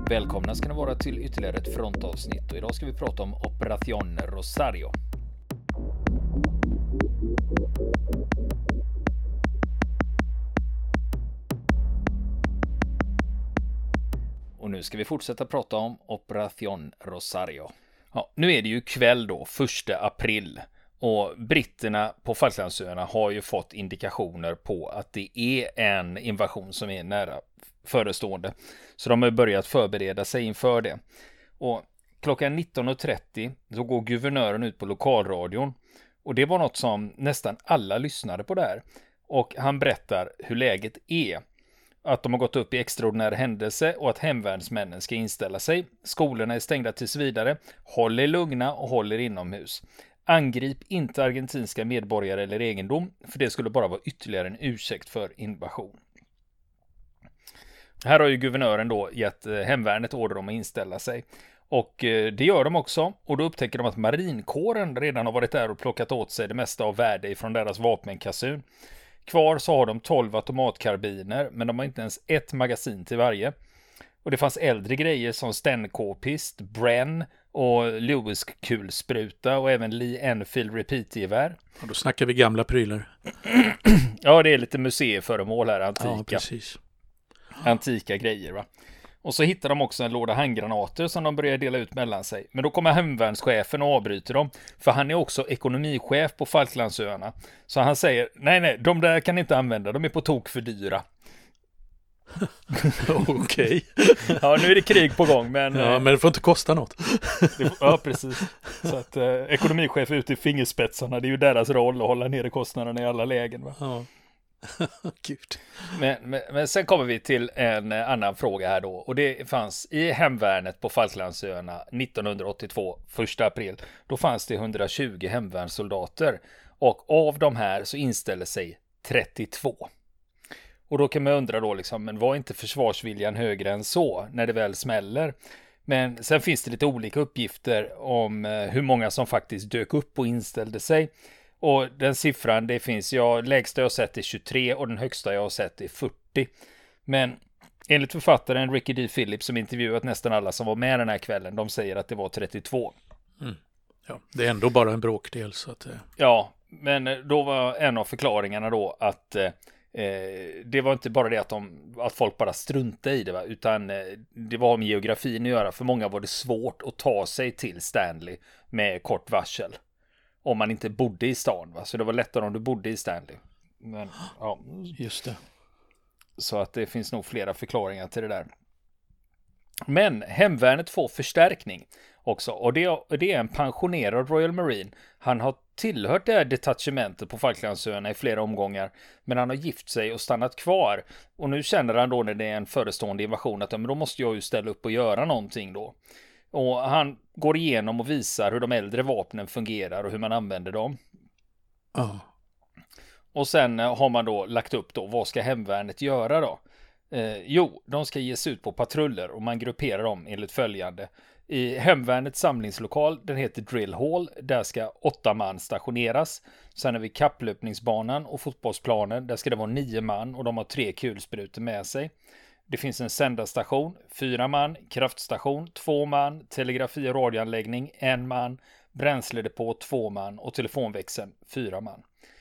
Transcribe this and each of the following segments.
Välkomna ska ni vara till ytterligare ett frontavsnitt och idag ska vi prata om Operación Rosario. Och nu ska vi fortsätta prata om Operación Rosario. Ja, nu är det ju kväll då, 1 april. Och britterna på Falklandsöarna har ju fått indikationer på att det är en invasion som är nära förestående. Så de har börjat förbereda sig inför det. Och klockan 19.30 så går guvernören ut på lokalradion. Och det var något som nästan alla lyssnade på där. Och han berättar hur läget är. Att de har gått upp i extraordinär händelse och att hemvärnsmännen ska inställa sig. Skolorna är stängda tills vidare. Håll er lugna och håll er inomhus. Angrip inte argentinska medborgare eller egendom, för det skulle bara vara ytterligare en ursäkt för invasion. Här har ju guvernören då gett hemvärnet order om att inställa sig. Och det gör de också. Och då upptäcker de att marinkåren redan har varit där och plockat åt sig det mesta av värde ifrån deras vapenkassun. Kvar så har de 12 automatkarbiner, men de har inte ens ett magasin till varje. Och det fanns äldre grejer som Stenk-pist, Bren och Lewis-kulspruta och även Lee Enfield repeat-gevär. Och då snackar vi gamla prylar. Ja, det är lite museiföremål här, antika. Ja, precis. Antika grejer, va. Och så hittar de också en låda handgranater som de börjar dela ut mellan sig. Men då kommer hemvärnschefen och avbryter dem. För han är också ekonomichef på Falklandsöarna. Så han säger, nej, de där kan inte använda, de är på tok för dyra. Okej. Ja, nu är det krig på gång, men... Ja, men det får inte kosta något. Ja, precis. Så att ekonomichef ute i fingerspetsarna, det är ju deras roll att hålla nere kostnaderna i alla lägen, va? Ja. Gud. Men sen kommer vi till en annan fråga här då. Och det fanns i hemvärnet på Falklandsöarna 1982, 1 april. Då fanns det 120 hemvärnssoldater. Och av de här så inställer sig 32. Och då kan man undra då liksom, men var inte försvarsviljan högre än så när det väl smäller? Men sen finns det lite olika uppgifter om hur många som faktiskt dök upp och inställde sig. Och den siffran, det finns, lägsta jag har sett är 23 och den högsta jag har sett är 40. Men enligt författaren Ricky D. Phillips som intervjuat nästan alla som var med den här kvällen, de säger att det var 32. Mm. Ja, det är ändå bara en bråkdel. Så att, Ja, men då var en av förklaringarna då att det var inte bara det att folk bara struntade i det, va? Utan det var med geografin att göra. För många var det svårt att ta sig till Stanley med kort varsel. Om man inte bodde i stan, va? Så det var lättare om du bodde i Stanley. Men, ja. Just det. Så att det finns nog flera förklaringar till det där. Men hemvärnet får förstärkning också. Och det är en pensionerad Royal Marine. Han har tillhört det här detachementet på Falklandsöarna i flera omgångar. Men han har gift sig och stannat kvar. Och nu känner han då när det är en förestående invasion att men då måste jag ju ställa upp och göra någonting då. Och han går igenom och visar hur de äldre vapnen fungerar och hur man använder dem. Ja. Och sen har man då lagt upp då, vad ska hemvärnet göra då? De ska ge sig ut på patruller och man grupperar dem enligt följande. I hemvärnets samlingslokal, den heter Drill Hall, där ska 8 man stationeras. Sen har vi kapplöpningsbanan och fotbollsplanen, där ska det vara 9 man och de har 3 kulsprutor med sig. Det finns en sändarstation, 4 man, kraftstation, 2 man, telegrafi- och radioanläggning, 1 man, bränsledepå, 2 man och telefonväxeln, 4 man.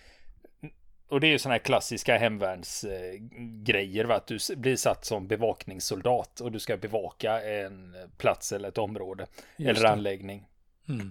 Och det är ju såna här klassiska hemvärnsgrejer, att du blir satt som bevakningssoldat och du ska bevaka en plats eller ett område eller anläggning. Mm.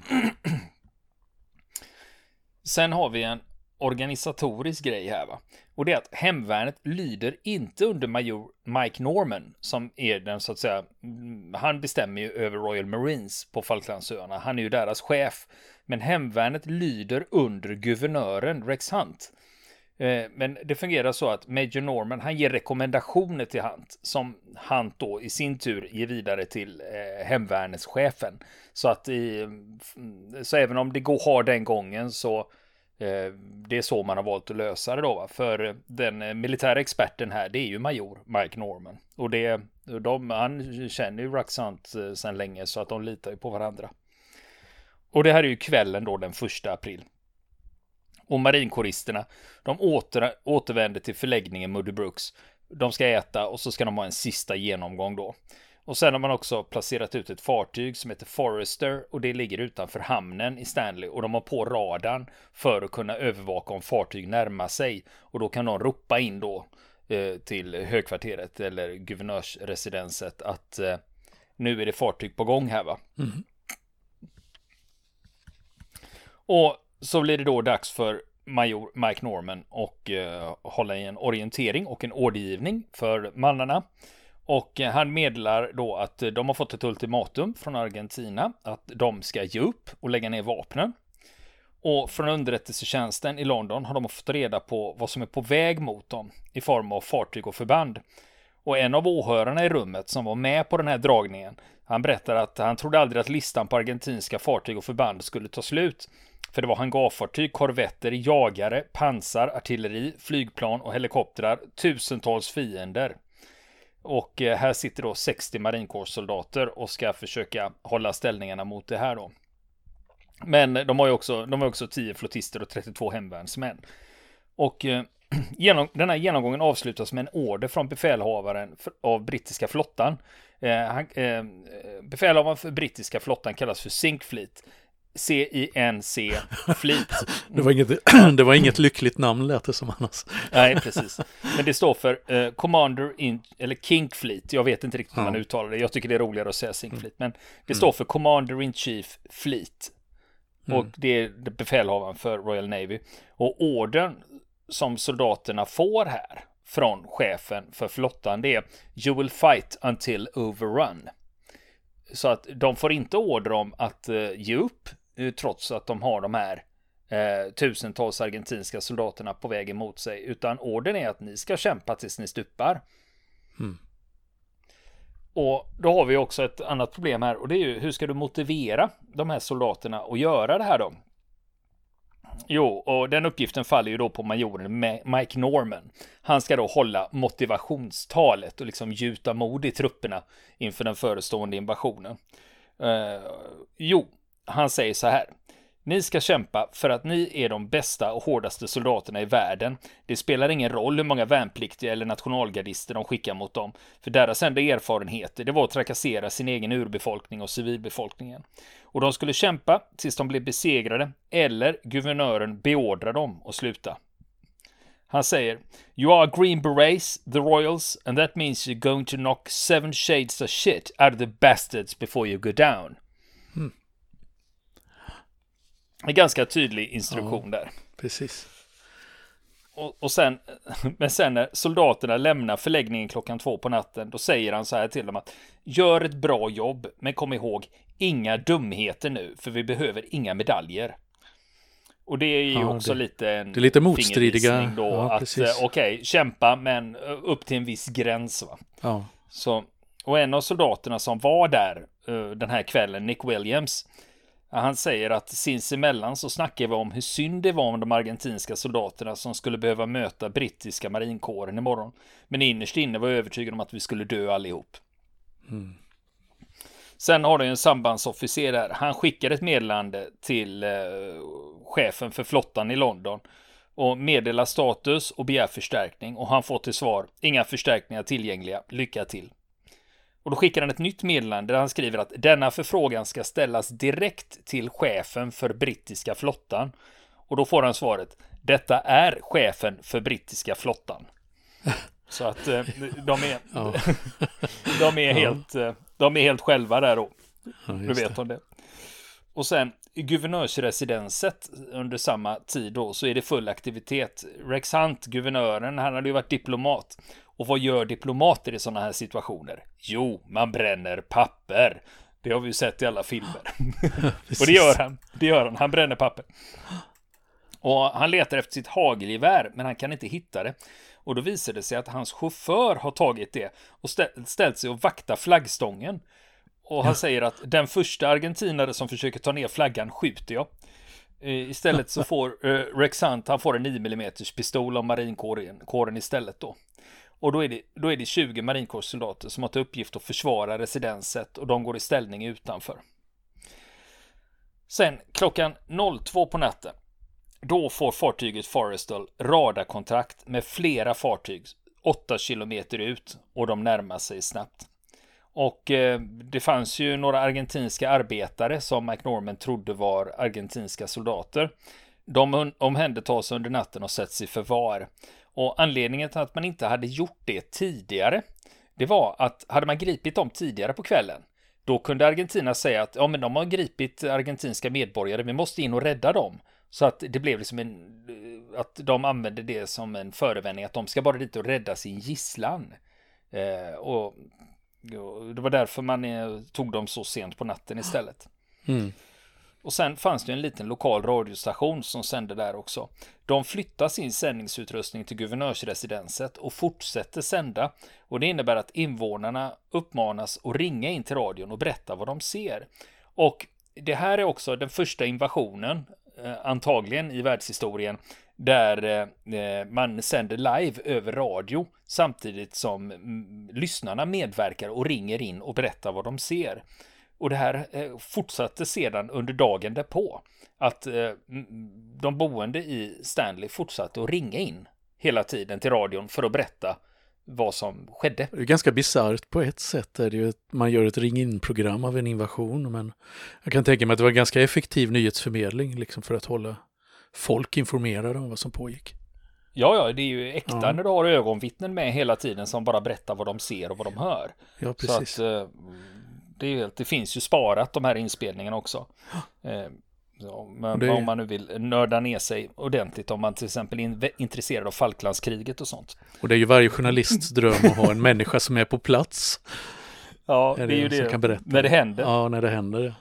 Sen har vi en organisatorisk grej här, va. Och det är att hemvärnet lyder inte under major Mike Norman som är den så att säga, han bestämmer ju över Royal Marines på Falklandsöarna. Han är ju deras chef. Men hemvärnet lyder under guvernören Rex Hunt. Men det fungerar så att Major Norman, han ger rekommendationer till Hunt som Hunt då i sin tur ger vidare till hemvärnets chefen. Så även om det har den gången så det är så man har valt att lösa det då, va? För den militära experten här, det är ju major Mike Norman. Och han känner ju Rex Hunt sedan länge så att de litar ju på varandra. Och det här är ju kvällen då den 1 april. Och marinkåristerna, de återvänder till förläggningen Muddy Brooks. De ska äta och så ska de ha en sista genomgång då. Och sen har man också placerat ut ett fartyg som heter Forrester och det ligger utanför hamnen i Stanley och de har på radarn för att kunna övervaka om fartyg närmar sig och då kan de ropa in då till högkvarteret eller guvernörsresidenset att nu är det fartyg på gång här va. Mm. Och så blir det då dags för major Mike Norman och hålla i en orientering och en ordergivning för mannarna. Och han meddelar då att de har fått ett ultimatum från Argentina att de ska ge upp och lägga ner vapnen. Och från underrättelsetjänsten i London har de fått reda på vad som är på väg mot dem i form av fartyg och förband. Och en av åhörarna i rummet som var med på den här dragningen, han berättar att han trodde aldrig att listan på argentinska fartyg och förband skulle ta slut. För det var hangarfartyg, korvetter, jagare, pansar, artilleri, flygplan och helikoptrar, tusentals fiender. Och här sitter då 60 marinkårssoldater och ska försöka hålla ställningarna mot det här då. Men de har också 10 flottister och 32 hemvärnsmän. Och den här genomgången avslutas med en order från befälhavaren av brittiska flottan. Befälhavaren för brittiska flottan kallas för Sinkfleet. C-I-N-C Fleet. Det var inget lyckligt namn lät det som annars. Nej, precis. Men det står för Commander in, eller King Fleet. Jag vet inte riktigt hur man uttalar det. Jag tycker det är roligare att säga Sinkfleet. Men det står för Commander in Chief Fleet. Och det är befälhavaren för Royal Navy. Och ordern som soldaterna får här från chefen för flottan det är You will fight until overrun. Så att de får inte order om att ge upp trots att de har de här tusentals argentinska soldaterna på väg emot sig. Utan ordern är att ni ska kämpa tills ni stupar. Och då har vi också ett annat problem här. Och det är ju hur ska du motivera de här soldaterna att göra det här då? Jo, och den uppgiften faller ju då på majoren Mike Norman. Han ska då hålla motivationstalet och liksom gjuta mod i trupperna inför den förestående invasionen. Han säger så här. Ni ska kämpa för att ni är de bästa och hårdaste soldaterna i världen. Det spelar ingen roll hur många värnpliktiga eller nationalgardister de skickar mot dem. För deras enda erfarenheter det var att trakassera sin egen urbefolkning och civilbefolkningen. Och de skulle kämpa tills de blev besegrade eller guvernören beordrar dem att sluta. Han säger You are Green Berets, the Royals, and that means you're going to knock 7 shades of shit out of the bastards before you go down. En ganska tydlig instruktion där. Precis. Och sen när soldaterna lämnar förläggningen 2:00 på natten, då säger han så här till dem att gör ett bra jobb, men kom ihåg, inga dumheter nu, för vi behöver inga medaljer. Och det är ju också lite en det är lite motstridiga då, att okej, kämpa, men upp till en viss gräns va. Ja. Så, och en av soldaterna som var där den här kvällen, Nick Williams, han säger att sinsemellan så snackar vi om hur synd det var om de argentinska soldaterna som skulle behöva möta brittiska marinkåren imorgon. Men innerst inne var jag övertygad om att vi skulle dö allihop. Sen har du en sambandsofficer där. Han skickar ett meddelande till chefen för flottan i London och meddelar status och begär förstärkning. Och han får till svar, inga förstärkningar tillgängliga, lycka till. Och då skickar han ett nytt meddelande där han skriver att denna förfrågan ska ställas direkt till chefen för brittiska flottan. Och då får han svaret, detta är chefen för brittiska flottan. Så att de är helt själva där då. Du vet om det. Och sen i guvernörsresidenset under samma tid då så är det full aktivitet. Rex Hunt, guvernören, han hade ju varit diplomat. Och vad gör diplomater i sådana här situationer? Jo, man bränner papper. Det har vi ju sett i alla filmer. Och det gör han. Han bränner papper. Och han letar efter sitt hagelgevär, men han kan inte hitta det. Och då visar det sig att hans chaufför har tagit det och ställt sig och vaktar flaggstången. Och han säger att den första argentinare som försöker ta ner flaggan skjuter jag. Istället så får Rex Hunt, han får en 9mm pistol av marinkåren istället då. Och då är det 20 marinkårssoldater som har till uppgift att försvara residenset och de går i ställning utanför. Sen 2:00 på natten, då får fartyget Forrestal radarkontakt med flera fartyg 8 kilometer ut och de närmar sig snabbt. Och det fanns ju några argentinska arbetare som McNorman trodde var argentinska soldater. De omhändertas under natten och sätts i förvar. Och anledningen till att man inte hade gjort det tidigare, det var att hade man gripit dem tidigare på kvällen, då kunde Argentina säga att ja, men de har gripit argentinska medborgare, vi måste in och rädda dem. Så att det blev liksom att de använde det som en förevändning att de ska bara dit och rädda sin gisslan. Och det var därför man tog dem så sent på natten istället. Och sen fanns det en liten lokal radiostation som sände där också. De flyttar sin sändningsutrustning till guvernörsresidenset och fortsätter sända. Och det innebär att invånarna uppmanas att ringa in till radion och berätta vad de ser. Och det här är också den första invasionen, antagligen i världshistorien, där man sänder live över radio samtidigt som lyssnarna medverkar och ringer in och berättar vad de ser. Och det här fortsatte sedan under dagen därpå. Att de boende i Stanley fortsatte att ringa in hela tiden till radion för att berätta vad som skedde. Det är ganska bisarrt på ett sätt. Är det ju man gör ett ring-in-program av en invasion. Men jag kan tänka mig att det var en ganska effektiv nyhetsförmedling liksom för att hålla folk informerade om vad som pågick. Ja, det är ju äkta när du har ögonvittnen med hela tiden som bara berättar vad de ser och vad de hör. Ja, precis. Så att, det finns ju sparat de här inspelningarna också. Men om man nu vill nörda ner sig ordentligt, om man till exempel är intresserad av Falklandskriget och sånt. Och det är ju varje journalists dröm att ha en människa som är på plats. Ja, det är ju det. Kan berätta. När det händer. Ja, när det händer.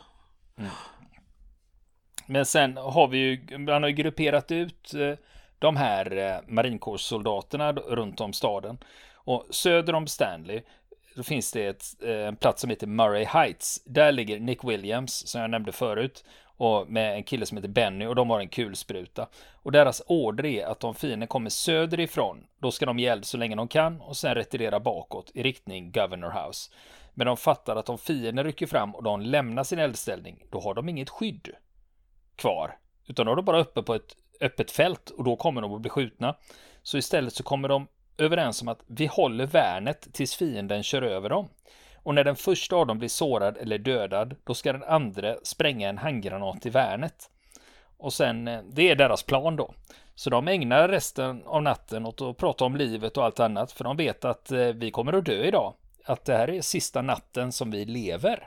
Men sen har vi ju, man har ju grupperat ut de här marinkårssoldaterna runt om staden. Och söder om Stanley då finns det en plats som heter Murray Heights. Där ligger Nick Williams, som jag nämnde förut, och med en kille som heter Benny, och de har en kulspruta. Och deras order är att om fienden kommer söderifrån, då ska de ge eld så länge de kan och sen retirera bakåt i riktning Governor House. Men de fattar att om fienden rycker fram och de lämnar sin eldställning, då har de inget skydd kvar, utan då är de bara uppe på ett öppet fält och då kommer de att bli skjutna. Så istället så kommer de överens om att vi håller värnet tills fienden kör över dem. Och när den första av dem blir sårad eller dödad, då ska den andra spränga en handgranat i värnet. Och sen, det är deras plan då. Så de ägnar resten av natten åt att prata om livet och allt annat, för de vet att vi kommer att dö idag. Att det här är sista natten som vi lever.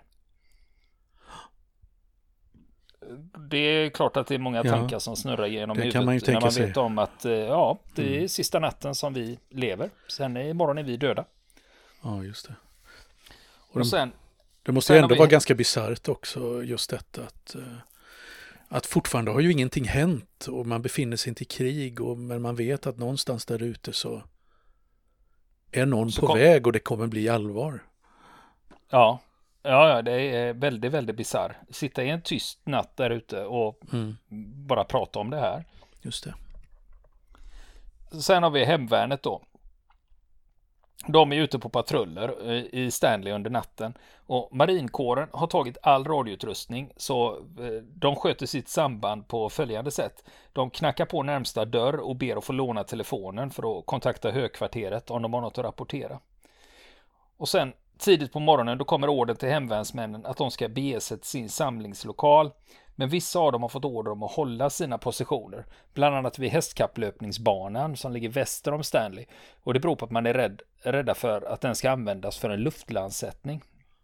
Det är klart att det är många tankar som snurrar genom huvudet man när man sig. vet om att det är sista natten som vi lever. Sen imorgon är vi döda. Ja, just det. Och sen, det måste ju ändå vara ganska bisarrt också, just detta att fortfarande har ju ingenting hänt och man befinner sig inte i krig, men man vet att någonstans där ute så är någon på väg och det kommer bli allvar. Ja, det är väldigt, väldigt bisarrt. Sitta i en tyst natt där ute och bara prata om det här. Just det. Sen har vi hemvärnet då. De är ute på patruller i Stanley under natten. Och marinkåren har tagit all radioutrustning, så de sköter sitt samband på följande sätt. De knackar på närmsta dörr och ber att få låna telefonen för att kontakta högkvarteret om de har något att rapportera. Och sen tidigt på morgonen då kommer order till hemvärnsmännen att de ska bege sig till sin samlingslokal. Men vissa av dem har fått order om att hålla sina positioner. Bland annat vid hästkapplöpningsbanan som ligger väster om Stanley. Och det beror på att man är rädda för att den ska användas för en luftlandsättning.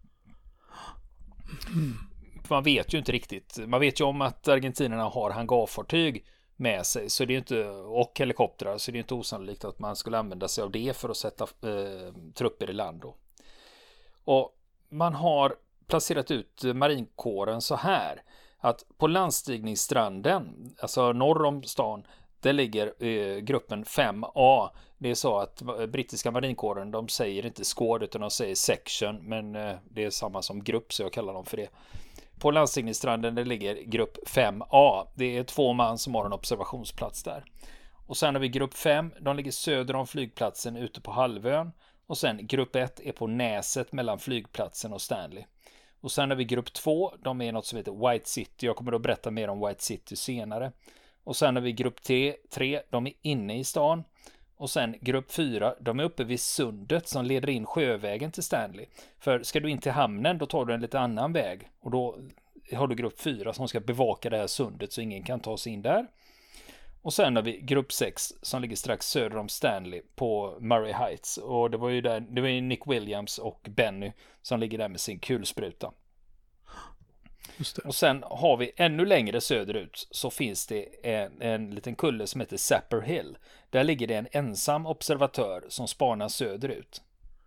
Man vet ju inte riktigt. Man vet ju om att argentinerna har hangarfartyg med sig, så det är inte, och helikoptrar, så det är inte osannolikt att man skulle använda sig av det för att sätta trupper i land då. Och man har placerat ut marinkåren så här att på landstigningsstranden, alltså norr om stan, där ligger gruppen 5A. Det är så att brittiska marinkåren, de säger inte squad utan de säger section, men det är samma som grupp, så jag kallar dem för det. På landstigningsstranden där ligger grupp 5A. Det är 2 man som har en observationsplats där. Och sen har vi grupp 5, de ligger söder om flygplatsen ute på halvön. Och sen grupp 1 är på näset mellan flygplatsen och Stanley. Och sen har vi grupp 2, de är något som heter White City. Jag kommer att berätta mer om White City senare. Och sen har vi grupp 3, de är inne i stan. Och sen grupp 4, de är uppe vid sundet som leder in sjövägen till Stanley. För ska du in till hamnen, då tar du en lite annan väg. Och då har du grupp 4 som ska bevaka det här sundet så ingen kan ta sig in där. Och sen har vi grupp 6 som ligger strax söder om Stanley på Murray Heights. Och det var ju Nick Williams och Benny som ligger där med sin kulspruta. Och sen har vi ännu längre söderut så finns det en liten kulle som heter Sapper Hill. Där ligger det en ensam observatör som spanar söderut.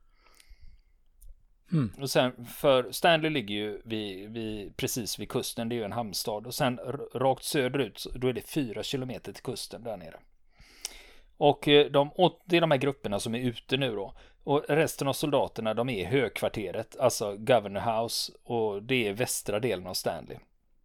Och sen, för Stanley ligger ju precis vid kusten, det är ju en hamnstad. Och sen rakt söderut, då är det 4 kilometer till kusten där nere. Och det är de här grupperna som är ute nu då. Och resten av soldaterna, de är i högkvarteret, alltså Governor House, och det är västra delen av Stanley.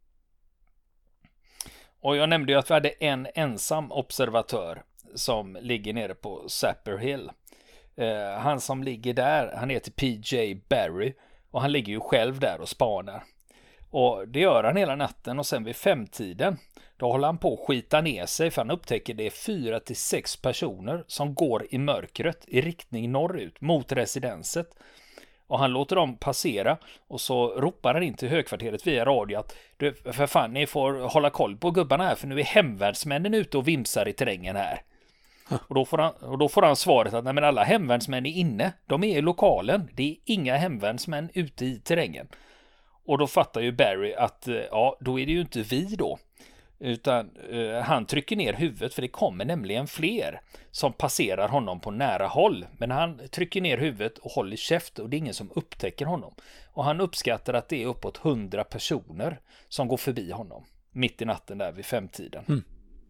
Och jag nämnde ju att vi hade en ensam observatör som ligger nere på Sapper Hill. Han som ligger där, han heter PJ Barry och han ligger ju själv där och spanar. Och det gör han hela natten och sen vid 5-tiden då håller han på att skita ner sig för han upptäcker det är 4-6 personer som går i mörkret i riktning norrut mot residenset. Och han låter dem passera och så ropar han in till högkvarteret via radio att för fan, ni får hålla koll på gubbarna här för nu är hemvärnsmännen ute och vimsar i terrängen här. Och då får han svaret att nej, men alla hemvärnsmän är inne. De är i lokalen. Det är inga hemvärnsmän ute i terrängen. Och då fattar ju Barry att ja, då är det ju inte vi då. Utan han trycker ner huvudet för det kommer nämligen fler som passerar honom på nära håll. Men han trycker ner huvudet och håller käft och det är ingen som upptäcker honom. Och han uppskattar att det är uppåt 100 personer som går förbi honom mitt i natten där vid 5-tiden.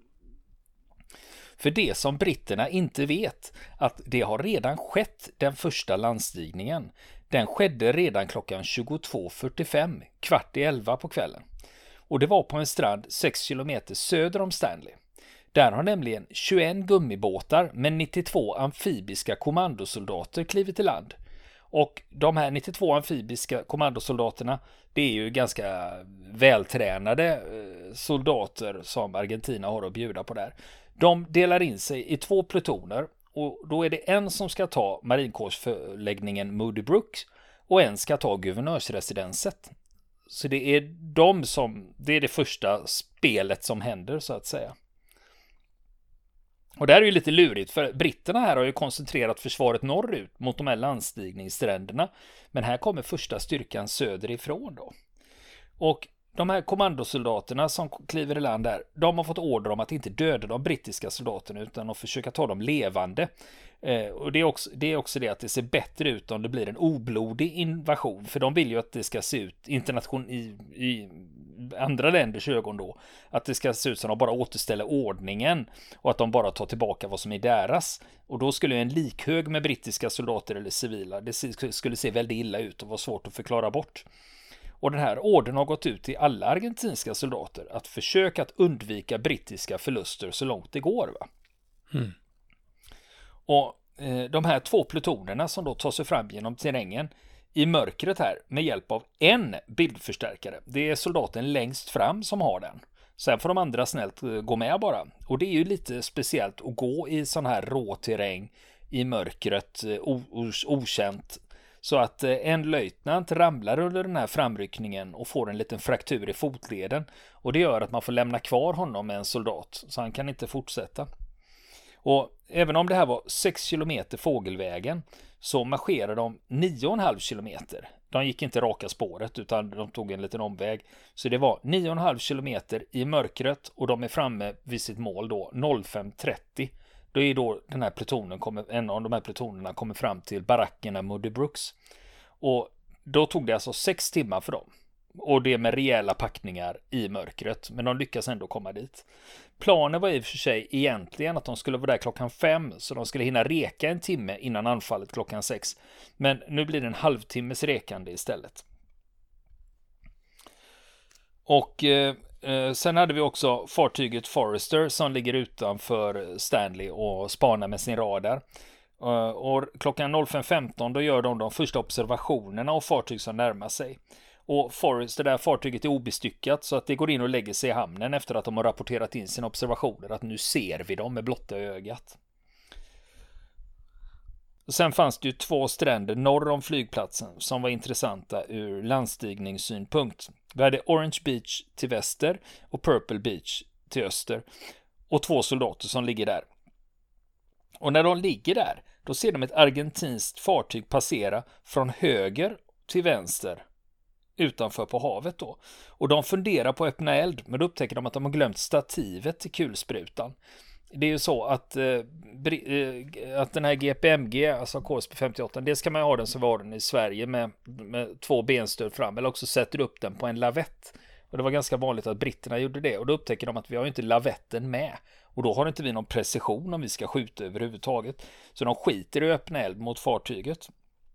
För det som britterna inte vet, att det har redan skett den första landstigningen. Den skedde redan klockan 22:45, 22:45 på kvällen. Och det var på en strand 6 kilometer söder om Stanley. Där har nämligen 21 gummibåtar med 92 amfibiska kommandosoldater klivit i land. Och de här 92 amfibiska kommandosoldaterna, det är ju ganska vältränade soldater som Argentina har att bjuda på där. De delar in sig i 2 plutoner och då är det en som ska ta marinkårsförläggningen Moody Brook och en ska ta guvernörsresidenset. Så det är det är det första spelet som händer så att säga. Och det här är ju lite lurigt för britterna här har ju koncentrerat försvaret norrut mot de här landstigningsstränderna. Men här kommer första styrkan söderifrån då. Och de här kommandosoldaterna som kliver i land där, de har fått order om att inte döda de brittiska soldaterna utan att försöka ta dem levande. Och det är också det att det ser bättre ut om det blir en oblodig invasion. För de vill ju att det ska se ut i andra länders ögon då. Att det ska se ut som att de bara återställer ordningen och att de bara tar tillbaka vad som är deras. Och då skulle en likhög med brittiska soldater eller civila, det skulle se väldigt illa ut och vara svårt att förklara bort. Och den här ordern har gått ut till alla argentinska soldater att försöka att undvika brittiska förluster så långt det går. Va? Och de här 2 plutonerna som då tar sig fram genom terrängen i mörkret här med hjälp av en bildförstärkare. Det är soldaten längst fram som har den. Sen får de andra snällt gå med bara. Och det är ju lite speciellt att gå i sån här rå terräng i mörkret okänt. Så att en löjtnant ramlar under den här framryckningen och får en liten fraktur i fotleden. Och det gör att man får lämna kvar honom med en soldat. Så han kan inte fortsätta. Och även om det här var 6 kilometer fågelvägen så marscherade de 9,5 kilometer. De gick inte raka spåret utan de tog en liten omväg. Så det var 9,5 kilometer i mörkret och de är framme vid sitt mål då 05:30. Då är då den här en av de här plutonerna kommer fram till barackerna Moody Brooks. Och då tog det alltså 6 timmar för dem. Och det med rejäla packningar i mörkret. Men de lyckas ändå komma dit. Planen var i och för sig egentligen att de skulle vara där klockan 5. Så de skulle hinna reka en timme innan anfallet klockan 6. Men nu blir det en halvtimmes rekande istället. Och sen hade vi också fartyget Forester som ligger utanför Stanley och spanar med sin radar. Och klockan 05:15 då gör de första observationerna av fartyg som närmar sig. Och Forester, det där fartyget är obestyckat så att det går in och lägger sig i hamnen efter att de har rapporterat in sina observationer att nu ser vi dem med blotta ögat. Sen fanns det ju 2 stränder norr om flygplatsen som var intressanta ur landstigningssynpunkt. Vi hade Orange Beach till väster och Purple Beach till öster och 2 soldater som ligger där. Och när de ligger där, då ser de ett argentinskt fartyg passera från höger till vänster utanför på havet då. Och de funderar på att öppna eld, men då upptäcker de att de har glömt stativet till kulsprutan. Det är ju så att den här GPMG, alltså KSP 58, det ska man ha den som var den i Sverige med 2 benstöd fram, eller också sätter upp den på en lavett. Och det var ganska vanligt att britterna gjorde det, och då upptäcker de att vi har ju inte lavetten med. Och då har inte vi någon precision om vi ska skjuta överhuvudtaget. Så de skiter i att öppna eld mot fartyget.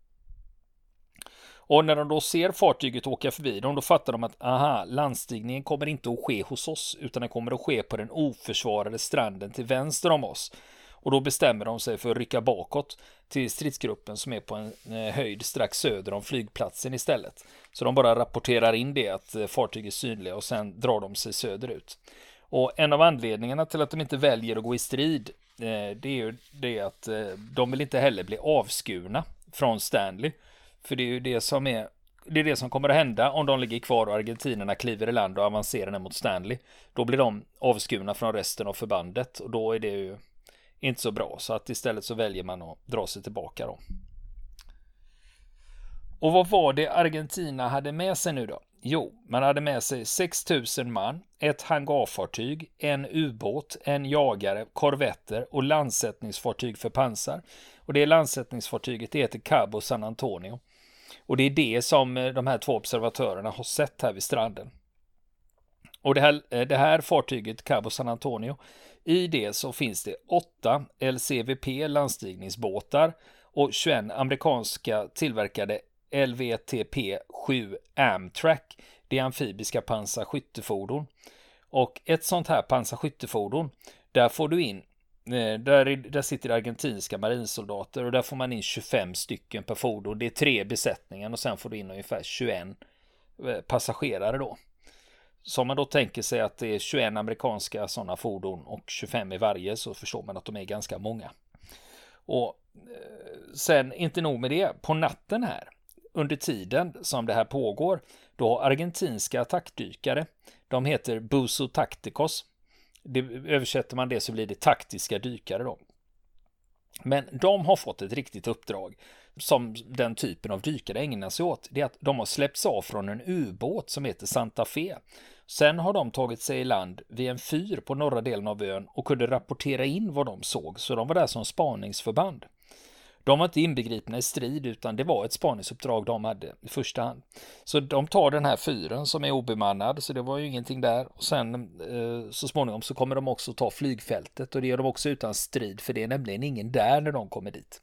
Och när de då ser fartyget åka förbi dem, då fattar de att landstigningen kommer inte att ske hos oss, utan den kommer att ske på den oförsvarade stranden till vänster om oss. Och då bestämmer de sig för att rycka bakåt till stridsgruppen som är på en höjd strax söder om flygplatsen istället. Så de bara rapporterar in det, att fartyget är synliga, och sen drar de sig söderut. Och en av anledningarna till att de inte väljer att gå i strid, det är ju det att de vill inte heller bli avskurna från Stanley. För det är ju det som kommer att hända om de ligger kvar och argentinerna kliver i land och avancerar ner mot Stanley. Då blir de avskurna från resten av förbandet, och då är det ju inte så bra. Så att istället så väljer man att dra sig tillbaka då. Och vad var det Argentina hade med sig nu då? Jo, man hade med sig 6 000 man, ett hangarfartyg, en ubåt, en jagare, korvetter och landsättningsfartyg för pansar. Och det landsättningsfartyget heter Cabo San Antonio. Och det är det som de här 2 observatörerna har sett här vid stranden. Och det här fartyget, Cabo San Antonio, i det så finns det 8 LCVP landstigningsbåtar och 21 amerikanska tillverkade LVTP-7 Amtrak, det är amfibiska pansarskyttefordon. Och ett sånt här pansarskyttefordon, där får du in, där sitter argentinska marinsoldater, och där får man in 25 stycken per fordon. Det är 3 besättningar, och sen får du in ungefär 21 passagerare då. Så om man då tänker sig att det är 21 amerikanska sådana fordon och 25 i varje, så förstår man att de är ganska många. Och sen inte nog med det, på natten här, under tiden som det här pågår, då har argentinska attackdykare, de heter Buzo Tácticos. Översätter man det så blir det taktiska dykare då. Men de har fått ett riktigt uppdrag som den typen av dykare ägnar sig åt. Det är att de har släppts av från en ubåt som heter Santa Fe. Sen har de tagit sig i land vid en fyr på norra delen av ön och kunde rapportera in vad de såg. Så de var där som spaningsförband. De var inte inbegripna i strid, utan det var ett spaningsuppdrag de hade i första hand. Så de tar den här fyren som är obemannad, så det var ju ingenting där. Och sen så småningom så kommer de också ta flygfältet, och det gör de också utan strid, för det är nämligen ingen där när de kommer dit.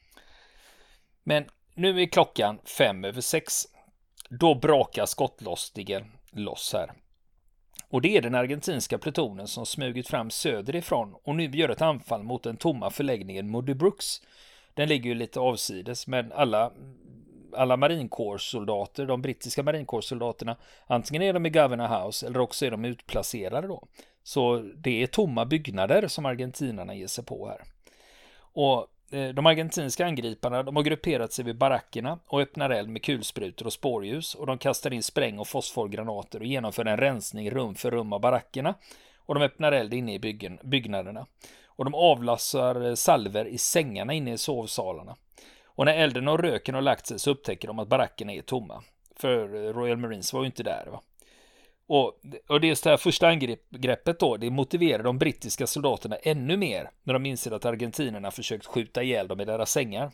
Men nu är klockan 5:05. Då brakar skottlossningen loss här. Och det är den argentinska plutonen som smugit fram söderifrån och nu gör ett anfall mot den tomma förläggningen Muddy Brooks. Den ligger ju lite avsides, men alla marinkårssoldater, de brittiska marinkårssoldaterna, antingen är de i Governor House eller också är de utplacerade då. Så det är tomma byggnader som argentinarna ger sig på här. Och de argentinska angriparna, de har grupperat sig vid barackerna och öppnar eld med kulsprutor och spårljus, och de kastar in spräng- och fosforgranater och genomför en rensning rum för rum av barackerna, och de öppnar eld inne i byggnaderna. Och de avlassar salver i sängarna inne i sovsalarna. Och när elden och röken har lagt sig så upptäcker de att barackerna är tomma. För Royal Marines var ju inte där, va? Och det här första angreppet då, det motiverar de brittiska soldaterna ännu mer när de inser att argentinerna försökt skjuta ihjäl dem i deras sängar.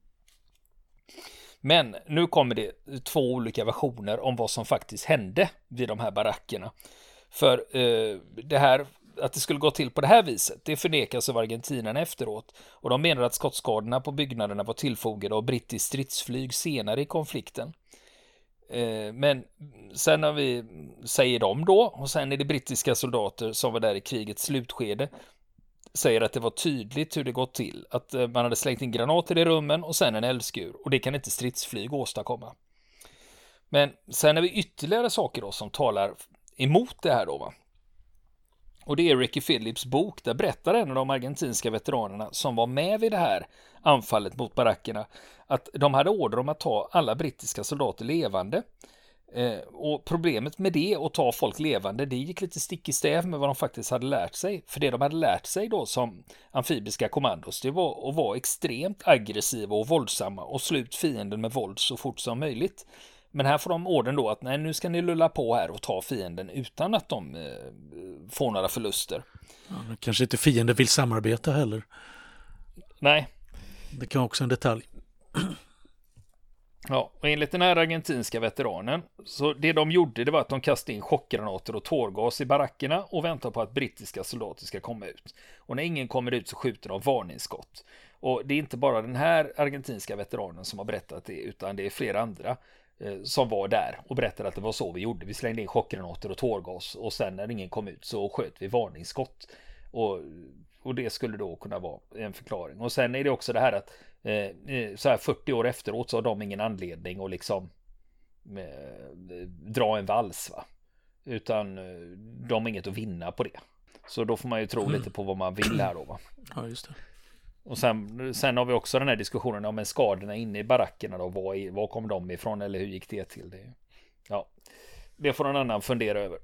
Men nu kommer det 2 olika versioner om vad som faktiskt hände vid de här barackerna. För det här, att det skulle gå till på det här viset, det förnekas av argentinarna efteråt, och de menar att skottskadorna på byggnaderna var tillfogade av brittiskt stridsflyg senare i konflikten. Men sen när vi säger dem då, och sen är det brittiska soldater som var där i krigets slutskede, säger att det var tydligt hur det gått till, att man hade slängt in granater i rummen och sen en eldskur, och det kan inte stridsflyg åstadkomma. Men sen är vi ytterligare saker då som talar emot det här då, va? Och det är Ricky Phillips bok. Där berättar en av de argentinska veteranerna som var med vid det här anfallet mot barackerna att de hade order om att ta alla brittiska soldater levande. Och problemet med det, att ta folk levande, det gick lite stick i stäv med vad de faktiskt hade lärt sig. För det de hade lärt sig då som amfibiska kommandos, det var att vara extremt aggressiva och våldsamma och slå ut fienden med våld så fort som möjligt. Men här får de orden då att nej, nu ska ni lulla på här och ta fienden utan att de får några förluster. Ja, kanske inte fienden vill samarbeta heller. Nej. Det kan också en detalj. Ja, och enligt den här argentinska veteranen, så det de gjorde, det var att de kastade in chockgranater och tårgas i barackerna och väntade på att brittiska soldater ska komma ut. Och när ingen kommer ut så skjuter de varningsskott. Och det är inte bara den här argentinska veteranen som har berättat det, utan det är flera andra som var där och berättade att det var så vi gjorde. Vi slängde in chockgranater och tårgas och sen när ingen kom ut så sköt vi varningsskott. Och det skulle då kunna vara en förklaring. Och sen är det också det här att så här 40 år efteråt så har de ingen anledning att liksom dra en vals, va? Utan de har inget att vinna på det. Så då får man ju tro lite på vad man vill här då, va? Ja, just det. Och sen har vi också den här diskussionen om skadorna inne i barackerna då. Var kom de ifrån eller hur gick det till? Ja, det får någon annan fundera över.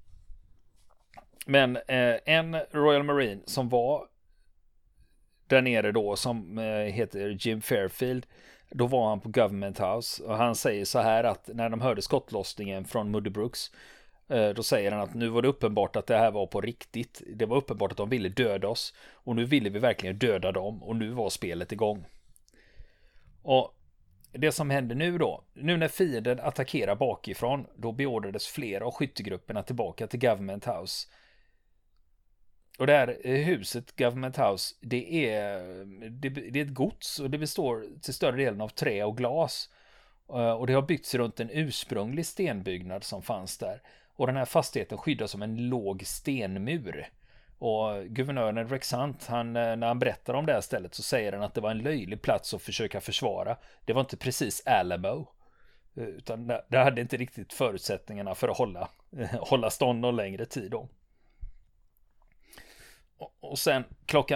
Men en Royal Marine som var där nere då, som heter Jim Fairfield, då var han på Government House och han säger så här att när de hörde skottlossningen från Muddy Brooks, då säger han att nu var det uppenbart att det här var på riktigt. Det var uppenbart att de ville döda oss och nu ville vi verkligen döda dem och nu var spelet igång. Och det som händer nu då, nu när fienden attackerar bakifrån, då beordrades flera av skyttegrupperna tillbaka till Government House. Och det här huset, Government House, det är ett gods och det består till större delen av trä och glas. Och det har byggts runt en ursprunglig stenbyggnad som fanns där. Och den här fastigheten skyddas som en låg stenmur. Och guvernören Rex Hunt, när han berättar om det här stället så säger han att det var en löjlig plats att försöka försvara. Det var inte precis Alamo. Utan det hade inte riktigt förutsättningarna för att hålla stånd någon längre tid då. Och sen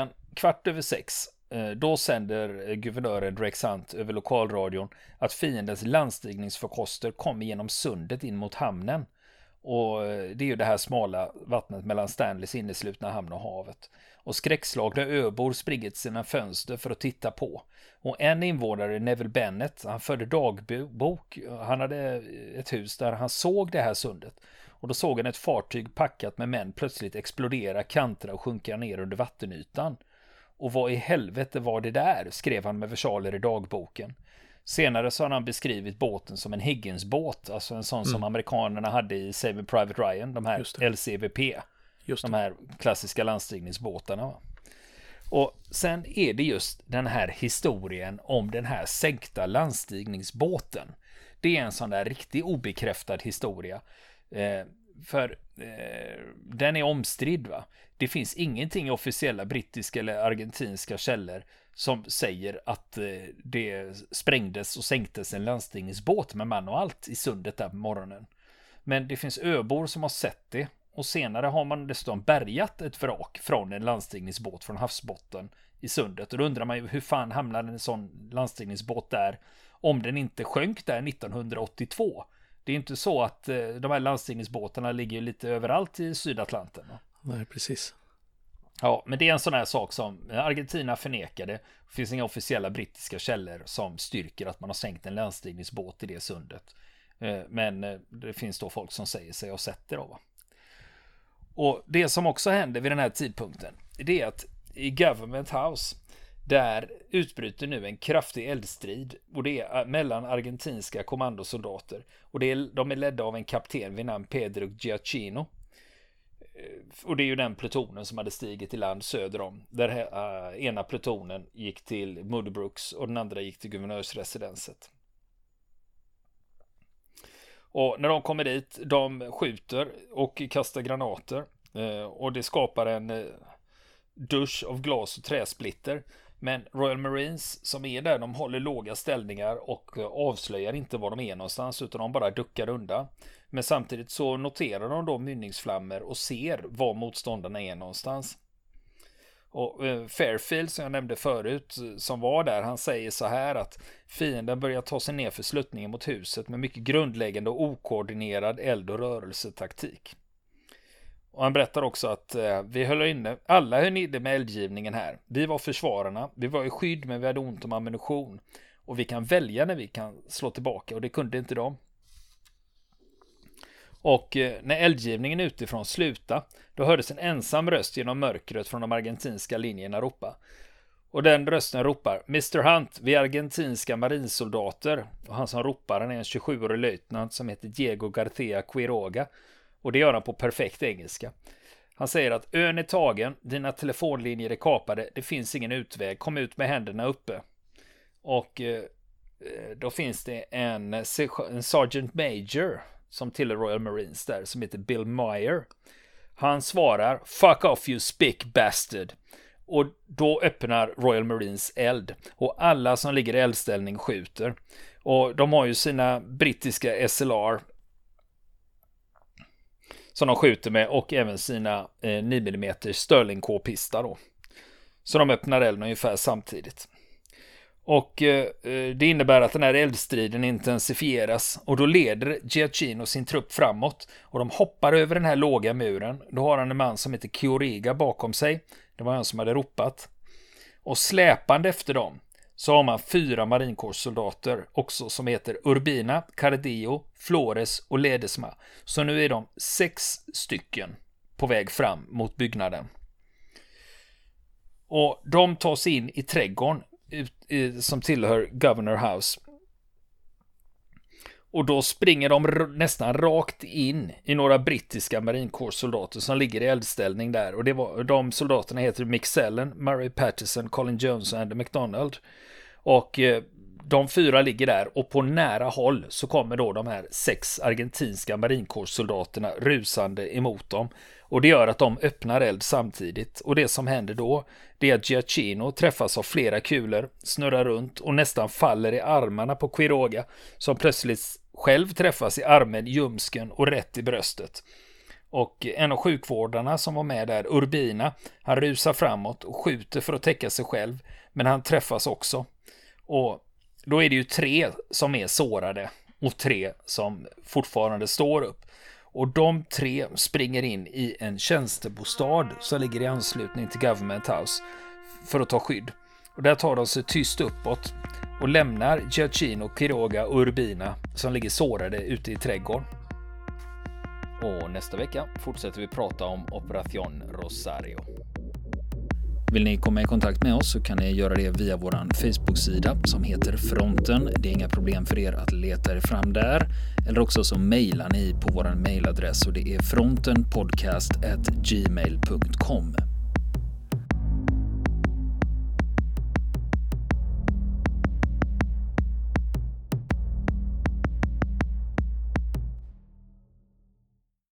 6:15, då sänder guvernören Rex Hunt över lokalradion att fiendens landstigningsfarkoster kommer genom sundet in mot hamnen. Och det är ju det här smala vattnet mellan Stanleys inneslutna hamn och havet. Och skräckslagna öbor springer till sina fönster för att titta på. Och en invånare, Neville Bennett, han förde dagbok. Han hade ett hus där han såg det här sundet. Och då såg han ett fartyg packat med män plötsligt explodera, kantra och sjunka ner under vattenytan. Och vad i helvete var det där, skrev han med versaler i dagboken. Senare så har han beskrivit båten som en Higgins-båt, alltså en sån som amerikanerna hade i Saving Private Ryan, de här LCVP, de här klassiska landstigningsbåtarna. Och sen är det just den här historien om den här sänkta landstigningsbåten. Det är en sån där riktigt obekräftad historia. För den är omstridd, va? Det finns ingenting i officiella brittiska eller argentinska källor som säger att det sprängdes och sänktes en landstigningsbåt med man och allt i sundet där på morgonen. Men det finns öbor som har sett det och senare har man dessutom bärgat ett vrak från en landstigningsbåt från havsbotten i sundet. Och då undrar man ju hur fan hamnade en sån landstigningsbåt där om den inte sjönk där 1982. Det är inte så att de här landstigningsbåtarna ligger lite överallt i Sydatlanten. Nej, precis. Ja, men det är en sån här sak som Argentina förnekade. Det finns inga officiella brittiska källor som styrker att man har sänkt en landstigningsbåt i det sundet. Men det finns då folk som säger sig ha sett det då, va? Och det som också händer vid den här tidpunkten, det är att i Government House där utbryter nu en kraftig eldstrid och det är mellan argentinska kommandosoldater och de är ledda av en kapten vid namn Pedro Giacchino. Och det är ju den plutonen som hade stigit i land söder om. Där ena plutonen gick till Muddy Brooks och den andra gick till guvernörsresidenset. Och när de kommer dit, de skjuter och kastar granater. Och det skapar en dusch av glas och träsplitter Men Royal Marines som är där, de håller låga ställningar och avslöjar inte var de är någonstans, utan de bara duckar undan. Men samtidigt så noterar de då mynningsflammor och ser var motståndarna är någonstans. Och Fairfield, som jag nämnde förut, som var där, han säger så här att fienden börjar ta sig ner för sluttningen mot huset med mycket grundläggande och okoordinerad eld- och rörelsetaktik. Och han berättar också att alla höll inne med eldgivningen här. Vi var försvararna, vi var i skydd, men vi hade ont om ammunition. Och vi kan välja när vi kan slå tillbaka, och det kunde inte de. Och när eldgivningen utifrån slutade, då hördes en ensam röst genom mörkret från de argentinska linjerna ropa. Och den rösten ropar: Mr. Hunt, vi är argentinska marinsoldater. Och han som ropar, han är en 27-årig löjtnant som heter Diego García Quiroga. Och det gör han på perfekt engelska. Han säger att ön är tagen, dina telefonlinjer är kapade, det finns ingen utväg, kom ut med händerna uppe. Och då finns det en Sergeant Major som tillhör Royal Marines där, som heter Bill Meyer. Han svarar: fuck off you spick bastard. Och då öppnar Royal Marines eld. Och alla som ligger i eldställning skjuter. Och de har ju sina brittiska SLR som de skjuter med, och även sina 9mm Sterling K-pistar då. Så de öppnar elden ungefär samtidigt. Och det innebär att den här eldstriden intensifieras, och då leder Giacchino sin trupp framåt och de hoppar över den här låga muren. Då har han en man som heter Quiroga bakom sig. Det var han som hade ropat. Och släpande efter dem så har man 4 marinkårssoldater också som heter Urbina, Cardillo, Flores och Ledesma. Så nu är de 6 stycken på väg fram mot byggnaden. Och de tar sig in i trädgården som tillhör Governor House. Och då springer de nästan rakt in i några brittiska marinkårssoldater som ligger i eldställning där. Och de soldaterna heter Mick Sellen, Murray Patterson, Colin Jones och Andy McDonald. Och de 4 ligger där, och på nära håll så kommer då de här 6 argentinska marinkårssoldaterna rusande emot dem. Och det gör att de öppnar eld samtidigt. Och det som händer då, det är att Giacchino träffas av flera kulor, snurrar runt och nästan faller i armarna på Quiroga, som plötsligt själv träffas i armen, ljumsken och rätt i bröstet. Och en av sjukvårdarna som var med där, Urbina, han rusar framåt och skjuter för att täcka sig själv, men han träffas också. Och då är det ju 3 som är sårade och 3 som fortfarande står upp. Och de 3 springer in i en tjänstebostad som ligger i anslutning till Government House för att ta skydd. Och där tar de sig tyst uppåt och lämnar Giacchino, Quiroga och Urbina som ligger sårade ute i trädgården. Och nästa vecka fortsätter vi prata om Operation Rosario. Vill ni komma i kontakt med oss så kan ni göra det via vår Facebook-sida som heter Fronten. Det är inga problem för er att leta er fram där. Eller också så mejlar ni på vår mejladress, och det är frontenpodcast@gmail.com.